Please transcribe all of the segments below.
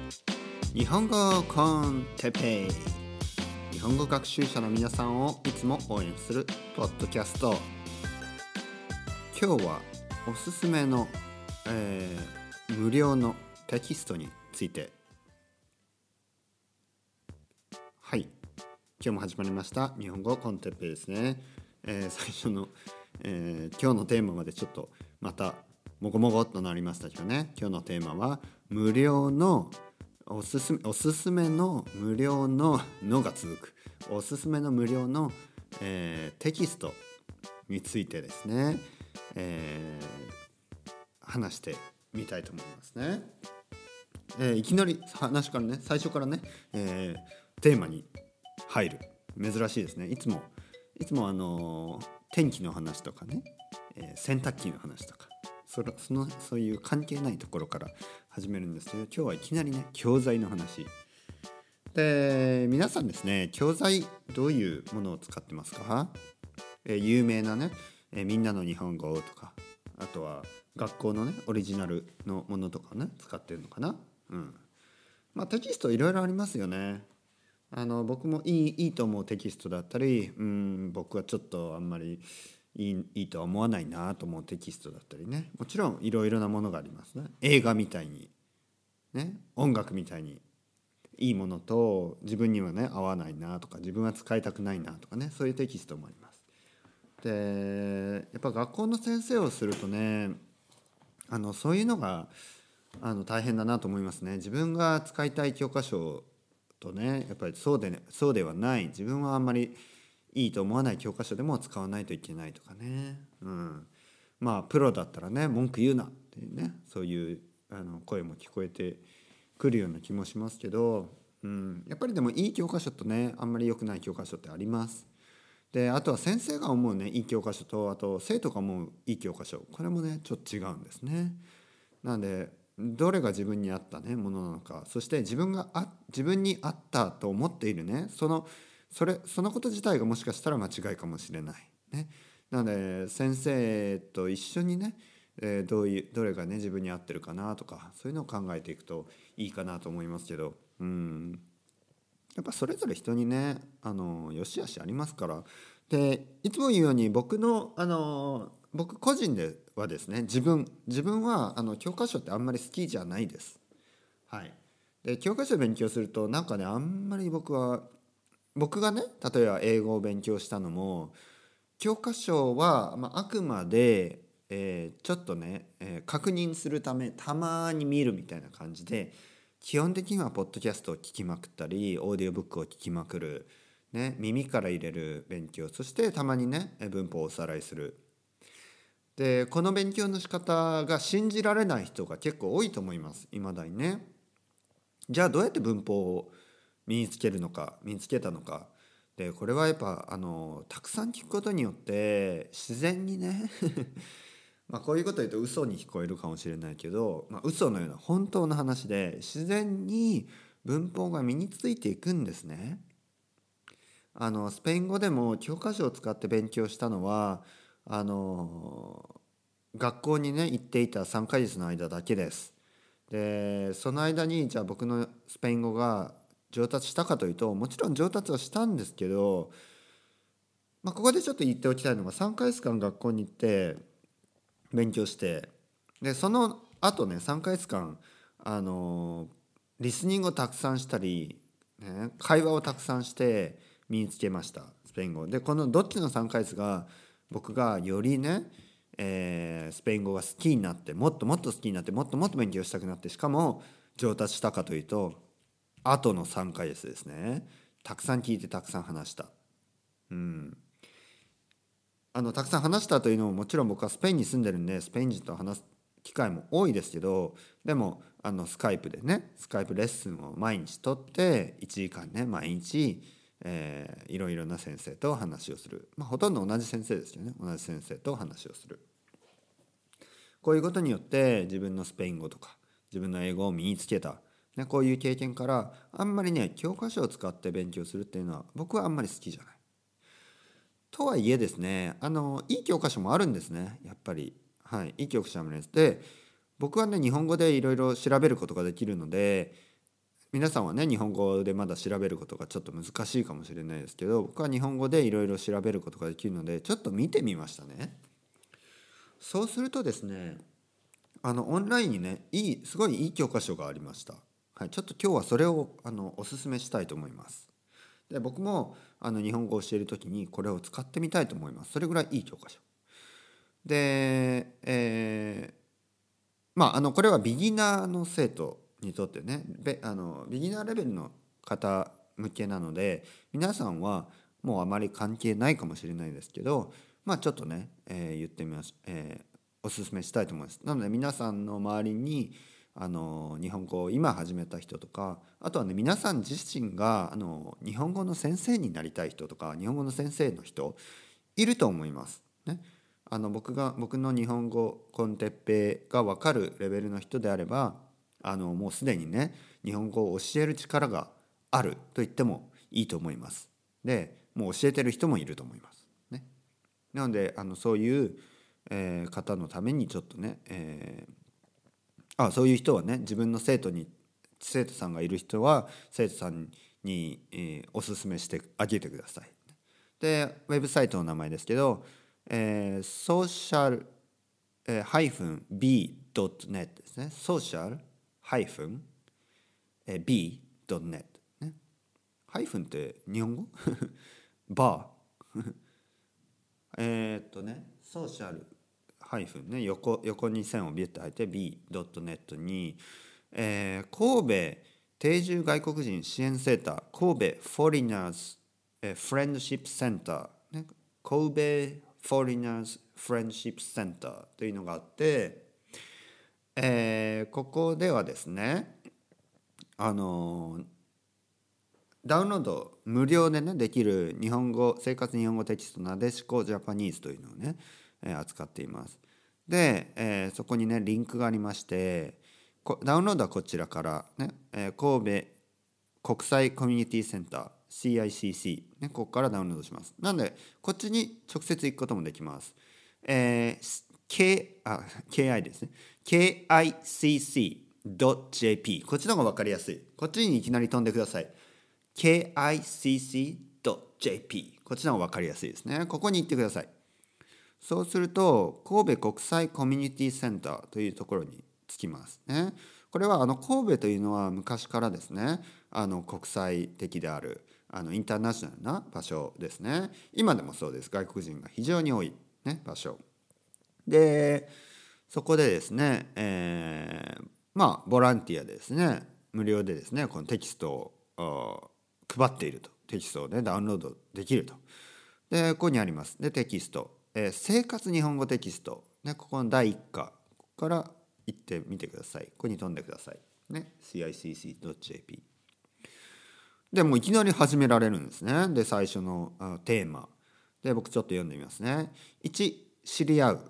日本語コンテペイ、日本語学習者の皆さんをいつも応援するポッドキャスト。今日はおすすめの、無料のテキストについて。はい、今日も始まりました日本語コンテペイですね。最初の、今日のテーマまでちょっとまたもごもごっとなりましたけどね。今日のテーマは無料のおすすめの無料ののが続くおすすめの無料の、テキストについてですね、話してみたいと思いますね。いきなり話からね、最初からね、テーマに入る、珍しいですね。いつも天気の話とかね、洗濯機の話とかそういう関係ないところから始めるんですけど、今日はいきなりね、教材の話で、皆さんですね、教材どういうものを使ってますか？有名なね、みんなの日本語とか、あとは学校のねオリジナルのものとかね使ってるのかな。テキストいろいろありますよね。僕もいいと思うテキストだったり、僕はちょっとあんまりいいとは思わないなと思うテキストだったりね。もちろんいろいろなものがありますね。映画みたいにね、音楽みたいにいいものと自分にはね合わないなとか、自分は使いたくないなとかね、そういうテキストもあります。で、やっぱ学校の先生をするとね、そういうのが大変だなと思いますね。自分が使いたい教科書とね、やっぱりそうではない、自分はあんまりいいと思わない教科書でも使わないといけないとかね。プロだったらね、文句言うなっていうね、そういう声も聞こえてくるような気もしますけど、やっぱりでもいい教科書とね、あんまり良くない教科書ってあります。で、あとは先生が思うねいい教科書と、あと生徒が思ういい教科書、これもねちょっと違うんですね。なのでどれが自分に合ったねものなのか、そして自分に合ったと思っているね、そのこと自体がもしかしたら間違いかもしれないね。なので先生と一緒にね、どれがね自分に合ってるかなとか、そういうのを考えていくといいかなと思いますけど、やっぱそれぞれ人にね良し悪しありますから。で、いつも言うように僕個人ではですね、自分は教科書ってあんまり好きじゃないです。はい。で、教科書を勉強するとなんかね、あんまり僕がね、例えば英語を勉強したのも、教科書は、あくまで、ちょっとね、確認するためたまに見るみたいな感じで、基本的にはポッドキャストを聞きまくったり、オーディオブックを聞きまくる、ね、耳から入れる勉強、そしてたまにね文法をおさらいする。で、この勉強の仕方が信じられない人が結構多いと思います、未だにね。じゃあどうやって文法を身につけたのか。で、これはやっぱたくさん聞くことによって自然にねこういうこと言うと嘘に聞こえるかもしれないけど、嘘のような本当の話で、自然に文法が身についていくんですね。スペイン語でも教科書を使って勉強したのは学校にね行っていた3ヶ月の間だけです。で、その間にじゃあ僕のスペイン語が上達したかというと、もちろん上達はしたんですけど、ここでちょっと言っておきたいのが、3ヶ月間学校に行って勉強して、でその後ね3ヶ月間リスニングをたくさんしたり、ね、会話をたくさんして身につけました、スペイン語で。このどっちの3ヶ月が僕がよりね、スペイン語が好きになって、もっともっと好きになって、もっともっと勉強したくなって、しかも上達したかというと、後の3ヶ月ですね。たくさん聞いてたくさん話した。たくさん話したというのも、もちろん僕はスペインに住んでるんでスペイン人と話す機会も多いですけど、でもスカイプレッスンを毎日取って1時間ね毎日、いろいろな先生と話をする。ほとんど同じ先生ですよね。同じ先生と話をする。こういうことによって自分のスペイン語とか自分の英語を身につけた、ね、こういう経験から、あんまりね教科書を使って勉強するっていうのは僕はあんまり好きじゃない。とはいえですね、いい教科書もあるんですね、やっぱり。はい、いい教科書もあるんです。で、僕はね日本語でいろいろ調べることができるので、 皆さんはね日本語でまだ調べることがちょっと難しいかもしれないですけど、僕は日本語でいろいろ調べることができるのでちょっと見てみましたね。そうするとですね、オンラインにねすごいいい教科書がありました。はい、ちょっと今日はそれをおすすめしたいと思います。で僕も日本語を教えるときにこれを使ってみたいと思います。それぐらいいい教科書で、これはビギナーの生徒にとってね、ビギナーレベルの方向けなので、皆さんはもうあまり関係ないかもしれないですけど、ちょっとね、言ってみます、おすすめしたいと思います。なので皆さんの周りに日本語を今始めた人とか、あとはね皆さん自身が日本語の先生になりたい人とか、日本語の先生の人いると思いますね。僕の日本語コンテッペイが分かるレベルの人であればもうすでにね日本語を教える力があると言ってもいいと思います。でもう教えてる人もいると思います、ね。なのでそういう、方のためにちょっとね、そういう人はね自分の生徒さんがいる人は生徒さんに、おすすめしてあげてください。でウェブサイトの名前ですけど、ソーシャル、-b.net ですね。ソーシャル -b.net ね。ハイフンって日本語バーソーシャルハイフンね、横に線をビュッと入って b.net に、神戸定住外国人支援センター神戸フォリナーズフレンドシップセンター、ね、神戸フォリナーズフレンドシップセンターというのがあって、ここではですねダウンロード無料でねできる生活日本語テキストなでしこジャパニーズというのをね、扱っています。で、そこにねリンクがありまして、ダウンロードはこちらからね、神戸国際コミュニティセンター CICC、ね、ここからダウンロードします。なのでこっちに直接行くこともできます。KI ですね。KICC.jp こっちの方が分かりやすい。こっちにいきなり飛んでください。KICC.jp こっちの方が分かりやすいですね。ここに行ってください。そうすると神戸国際コミュニティセンターというところに着きますね。これは神戸というのは昔からですね国際的であるインターナショナルな場所ですね。今でもそうです。外国人が非常に多い、ね、場所で、そこでですね、ボランティアでですね無料でですねこのテキストを配っていると。テキストをねダウンロードできると。でここにあります。でテキスト、生活日本語テキスト、ね、ここの第1課ここから行ってみてください。ここに飛んでください、ね、CICC.jp でもういきなり始められるんですね。で最初のテーマで僕ちょっと読んでみますね。1、知り合う、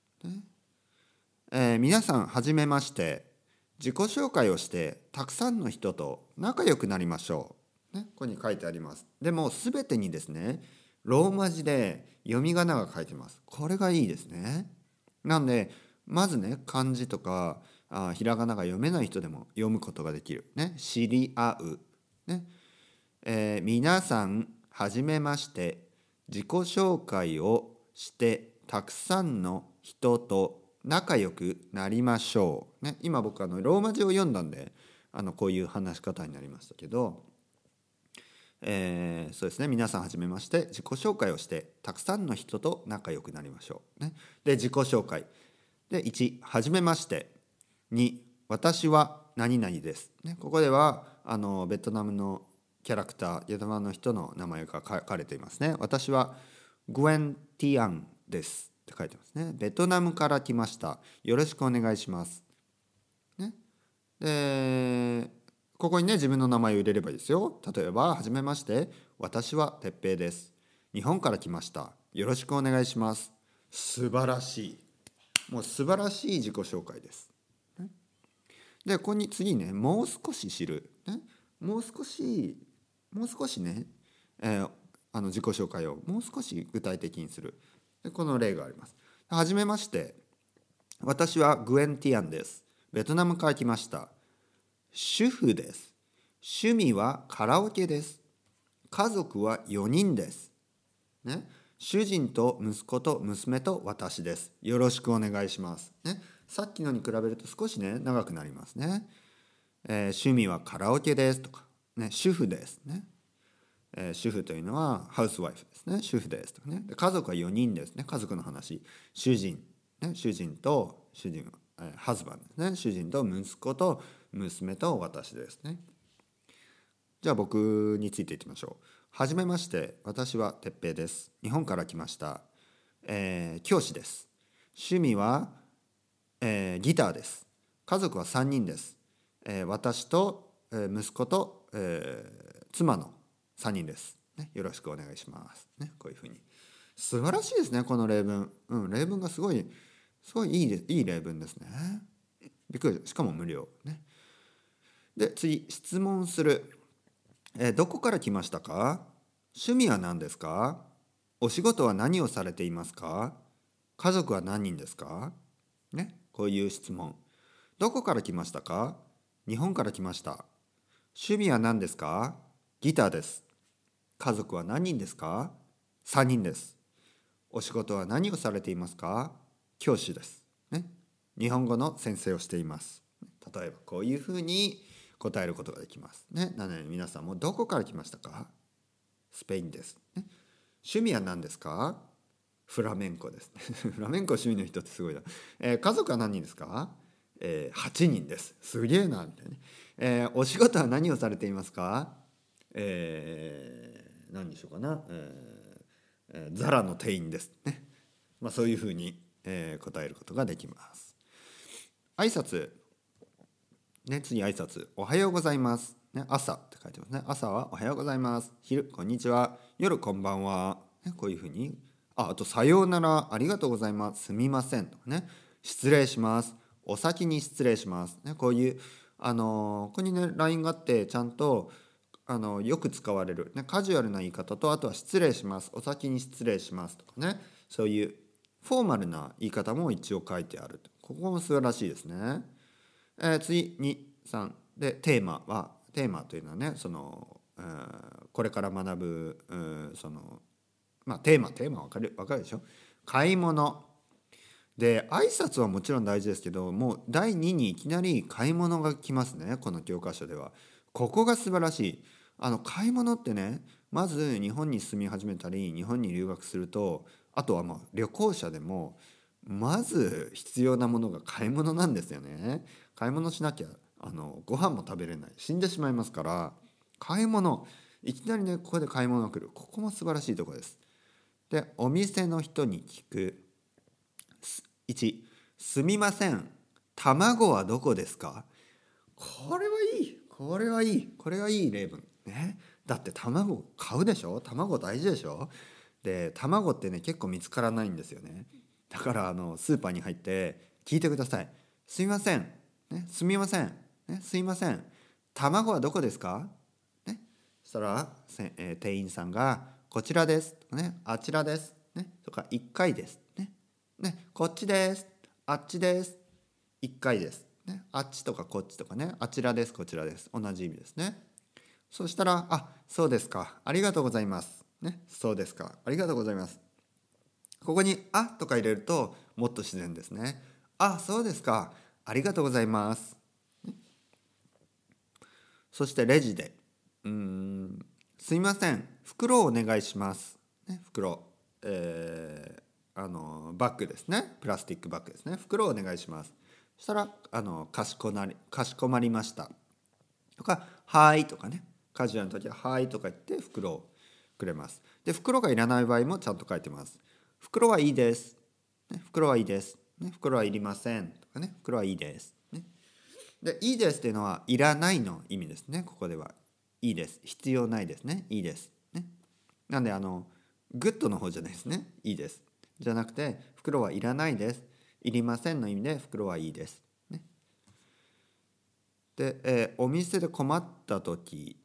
皆さんはじめまして、自己紹介をしてたくさんの人と仲良くなりましょう、ね、ここに書いてあります。でも全てにですねローマ字で読み仮名が書いてます。これがいいですね。なんでまずね漢字とかひらがなが読めない人でも読むことができる、ね、知り合う、ね皆さんはじめまして、自己紹介をしてたくさんの人と仲良くなりましょう、ね、今僕ローマ字を読んだんでこういう話し方になりましたけど、そうですね。皆さんはじめまして、自己紹介をしてたくさんの人と仲良くなりましょう、ね、で自己紹介で1、はじめまして。2、私は何々です、ね、ここではベトナムのキャラクター、ベトナムの人の名前が書かれていますね。私はグエン・ティアンですって書いてますね。ベトナムから来ました。よろしくお願いします、ね、でここにね自分の名前を入れればいいですよ。例えばはじめまして、私はてっぺいです。日本から来ました。よろしくお願いします。素晴らしい。もう素晴らしい自己紹介です。でここに次ねもう少し知る、ね、もう少しね、自己紹介をもう少し具体的にする。でこの例があります。はじめまして、私はグエン・ティアンです。ベトナムから来ました。主婦です。 趣味はカラオケです。家族は4人です。ね、主人と息子と娘と私です。よろしくお願いします。ね、さっきのに比べると少しね長くなりますね。趣味はカラオケですとか、ね、主婦ですね。主婦というのはハウスワイフですね。主婦ですとかね。で家族は4人ですね。家族の話。主人、ね、主人、ハズバンですね。主人と息子と娘と私ですね。じゃあ僕についていきましょう。はじめまして、私はてっぺいです。日本から来ました。教師です。趣味は、ギターです。家族は3人です。私と、息子と、妻の3人です、ね。よろしくお願いします。ね、こういうふうに。素晴らしいですね、この例文。例文がすごいいい例文ですね。びっくり。しかも無料。ね。で、次、質問する。どこから来ましたか？趣味は何ですか？お仕事は何をされていますか？家族は何人ですか？ね、こういう質問。どこから来ましたか？日本から来ました。趣味は何ですか？ギターです。家族は何人ですか？3人です。お仕事は何をされていますか？教師です。ね、日本語の先生をしています。例えばこういうふうに答えることができますね。なので皆さんもどこから来ましたか？スペインです、ね。趣味は何ですか？フラメンコですね。フラメンコ趣味の人ってすごいな。家族は何人ですか？8人です。すげえなみたいなね。お仕事は何をされていますか？何でしょうかな。ザラの店員ですね。まあそういうふうに、答えることができます。挨拶。ね、次挨拶。おはようございます。ね、朝って書いてますね。朝はおはようございます。昼、こんにちは。夜、こんばんは。ね、こういうふうに。あと、さようなら、ありがとうございます。すみません。とかね。失礼します。お先に失礼します。ね、こういう、ここにね、ラインがあって、ちゃんと、よく使われる、ね、カジュアルな言い方と、あとは失礼します。お先に失礼しますとかね。そういうフォーマルな言い方も一応書いてある。ここも素晴らしいですね。次2、3でテーマというのはねこれから学ぶそのテーマわかるでしょ。買い物で挨拶はもちろん大事ですけど、もう第2にいきなり買い物が来ますね、この教科書では。ここが素晴らしい。買い物ってね、まず日本に住み始めたり日本に留学すると、あとは旅行者でもまず必要なものが買い物なんですよね。買い物しなきゃご飯も食べれない、死んでしまいますから。買い物いきなりね、ここで買い物が来る。ここも素晴らしいところです。で、お店の人に聞く。1、すみません、卵はどこですか？これはいい、これはいい、これはいい例文ね。だって卵買うでしょ。卵大事でしょ。で、卵ってね結構見つからないんですよね。だからスーパーに入って聞いてください。すみません、ね、すみません、ね、すいません、卵はどこですか？ね、そしたら、店員さんがこちらですとかね、あちらですねとか、1回ですね、ね、こっちです、あっちです、1回です、ね、あっちとかこっちとかね、あちらです、こちらです、同じ意味ですね。そしたら、あ、そうですか、ありがとうございます、ね、そうですか、ありがとうございます。ここに「あ」とか入れるともっと自然ですね。あ、そうですか、ありがとうございます。そしてレジで、すいません、袋をお願いします。ね、袋、バッグですね。プラスチックバッグですね。袋をお願いします。そしたらかしこまりましたとか、はいとかね、カジュアルの時ははいとか言って袋をくれます。で、袋がいらない場合もちゃんと書いてます。袋はいいです、ね、袋はいいです、ね、袋はいりませんとかね、袋はいいです、ね。で、いいですっていうのはいらないの意味ですね。ここではいいです、必要ないですね、いいです、ね。なんでグッドの方じゃないですね。いいですじゃなくて、袋はいらないです、いりませんの意味で袋はいいです、ね。で、お店で困った時、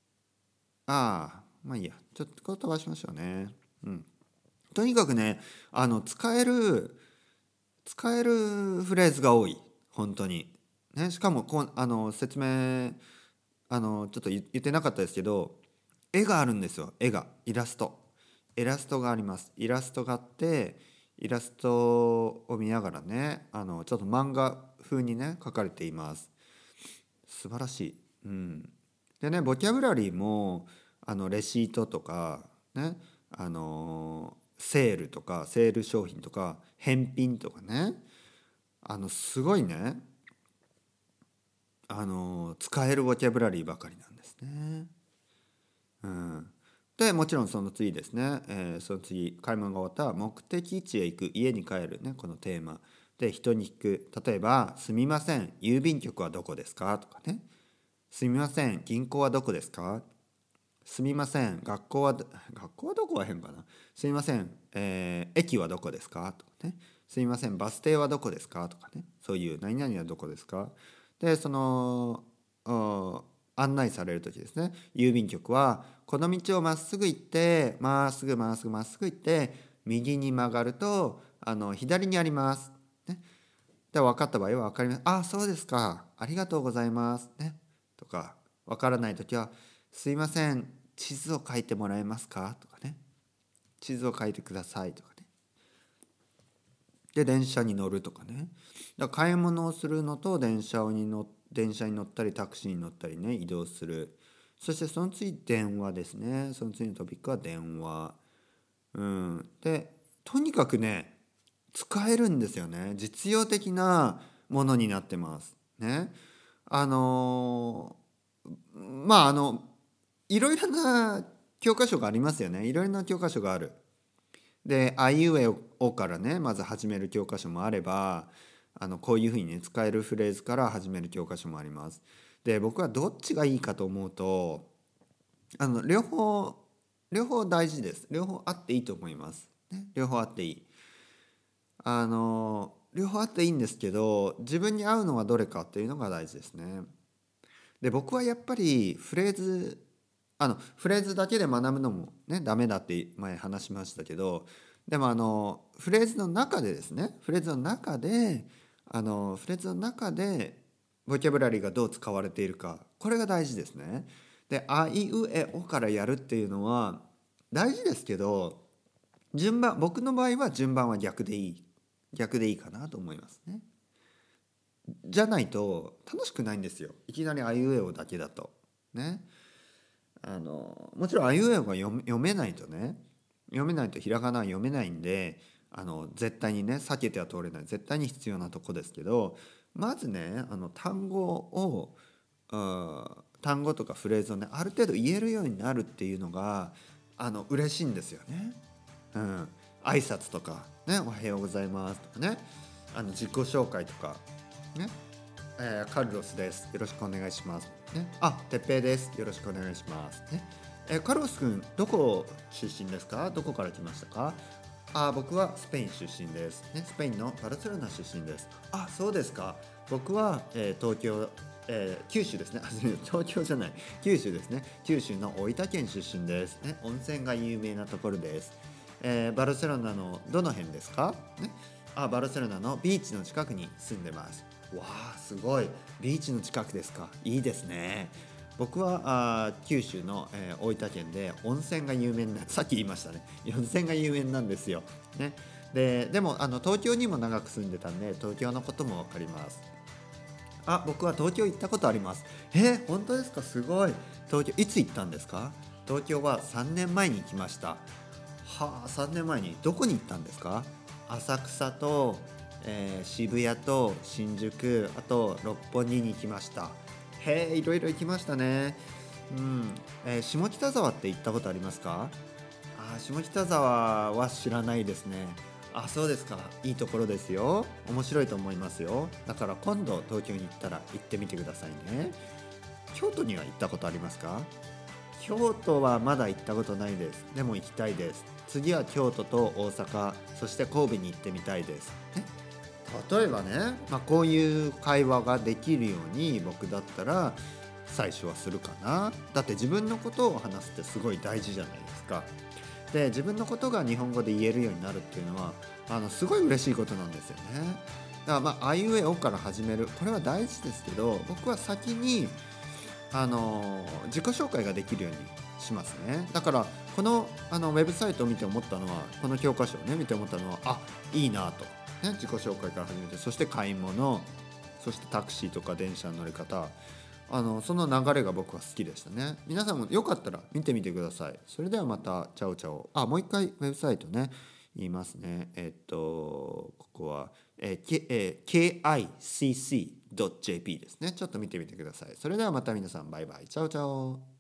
まあいいや、ちょっとこれ飛ばしましょうね。とにかくね、使えるフレーズが多い、本当にね。しかも説明ちょっと言ってなかったですけど、絵があるんですよ。イラストがあります。イラストがあって、イラストを見ながらね、ちょっと漫画風にね描かれています。素晴らしい。でね、ボキャブラリーもレシートとかね、セールとか、セール商品とか返品とかね、すごいね、使えるボキャブラリーばかりなんですね。でもちろんその次ですね、その次買い物が終わったら目的地へ行く、家に帰るね、このテーマで人に聞く。例えばすみません郵便局はどこですかとかね、すみません銀行はどこですか、すみません学校はどこは変かな、すみません、駅はどこですかとかね、すみませんバス停はどこですかとかね、そういう何々はどこですかで、その案内される時ですね、郵便局はこの道をまっすぐ行って、まっすぐ行って右に曲がると左にあります、ね、で分かった場合は分かります、あ、そうですか、ありがとうございますね、とか、分からない時はすいません地図を書いてもらえますかとかね、地図を書いてくださいとかね。で電車に乗るとかね、だから買い物をするのと電車に乗ったりタクシーに乗ったりね、移動する。そしてその次電話ですね。その次のトピックは電話。でとにかくね使えるんですよね。実用的なものになってますね。まあいろいろな教科書がありますよね。いろいろな教科書がある。であいうえおからねまず始める教科書もあれば、こういうふうにね使えるフレーズから始める教科書もあります。で僕はどっちがいいかと思うと、両方大事です。両方あっていいと思います、ね、両方あっていい。両方あっていいんですけど、自分に合うのはどれかっていうのが大事ですね。で僕はやっぱりフレーズだけで学ぶのもねダメだって前話しましたけど、でもフレーズの中でですね、フレーズの中でボキャブラリーがどう使われているか、これが大事ですね。であいうえおからやるっていうのは大事ですけど、僕の場合は順番は逆でいいかなと思いますね。じゃないと楽しくないんですよ。いきなりあいうえおだけだとね。もちろんあいうえおが読めないとひらがなは読めないんで、絶対にね避けては通れない、絶対に必要なとこですけど、まずね単語とかフレーズをねある程度言えるようになるっていうのが嬉しいんですよね。挨拶とかね、おはようございますとかね、自己紹介とかね、カルロスです、よろしくお願いします、ね、てっぺいです、よろしくお願いしますね。カルロス君どこ出身ですか、どこから来ましたか。僕はスペイン出身です、ね、スペインのバルセロナ出身です。そうですか。僕は、東京、九州ですね。東京じゃない、九州ですね。九州の大分県出身です、ね、温泉が有名なところです。バルセロナのどの辺ですか、ね、バルセロナのビーチの近くに住んでます。わあすごい、ビーチの近くですか、いいですね。僕は九州の、大分県で温泉が有名な、さっき言いましたね、温泉が有名なんですよ、ね、でも東京にも長く住んでたんで東京のことも分かります。僕は東京行ったことあります。本当ですか、すごい。東京いつ行ったんですか。東京は3年前に行きました。3年前にどこに行ったんですか。浅草と、渋谷と新宿、あと六本木に行きました。いろいろ行きましたね。下北沢って行ったことありますか。下北沢は知らないですね。そうですか、いいところですよ。面白いと思いますよ。だから今度東京に行ったら行ってみてくださいね。京都には行ったことありますか。京都はまだ行ったことないです。でも行きたいです。次は京都と大阪、そして神戸に行ってみたいです、ね。例えばね、こういう会話ができるように僕だったら最初はするかな。だって自分のことを話すってすごい大事じゃないですか。で自分のことが日本語で言えるようになるっていうのはすごい嬉しいことなんですよね。だからあいうえおから始める、これは大事ですけど、僕は先に自己紹介ができるようにしますね。だからこのウェブサイトを見て思ったのは、この教科書をね見て思ったのは、いいなと、ね、自己紹介から始めて、そして買い物、そしてタクシーとか電車の乗り方、その流れが僕は好きでしたね。皆さんもよかったら見てみてください。それではまた、チャオチャオ。もう一回ウェブサイトね言いますね。ここは、KICC.jp ですね。ちょっと見てみてください。それではまた皆さん、バイバイ。チャオチャオ。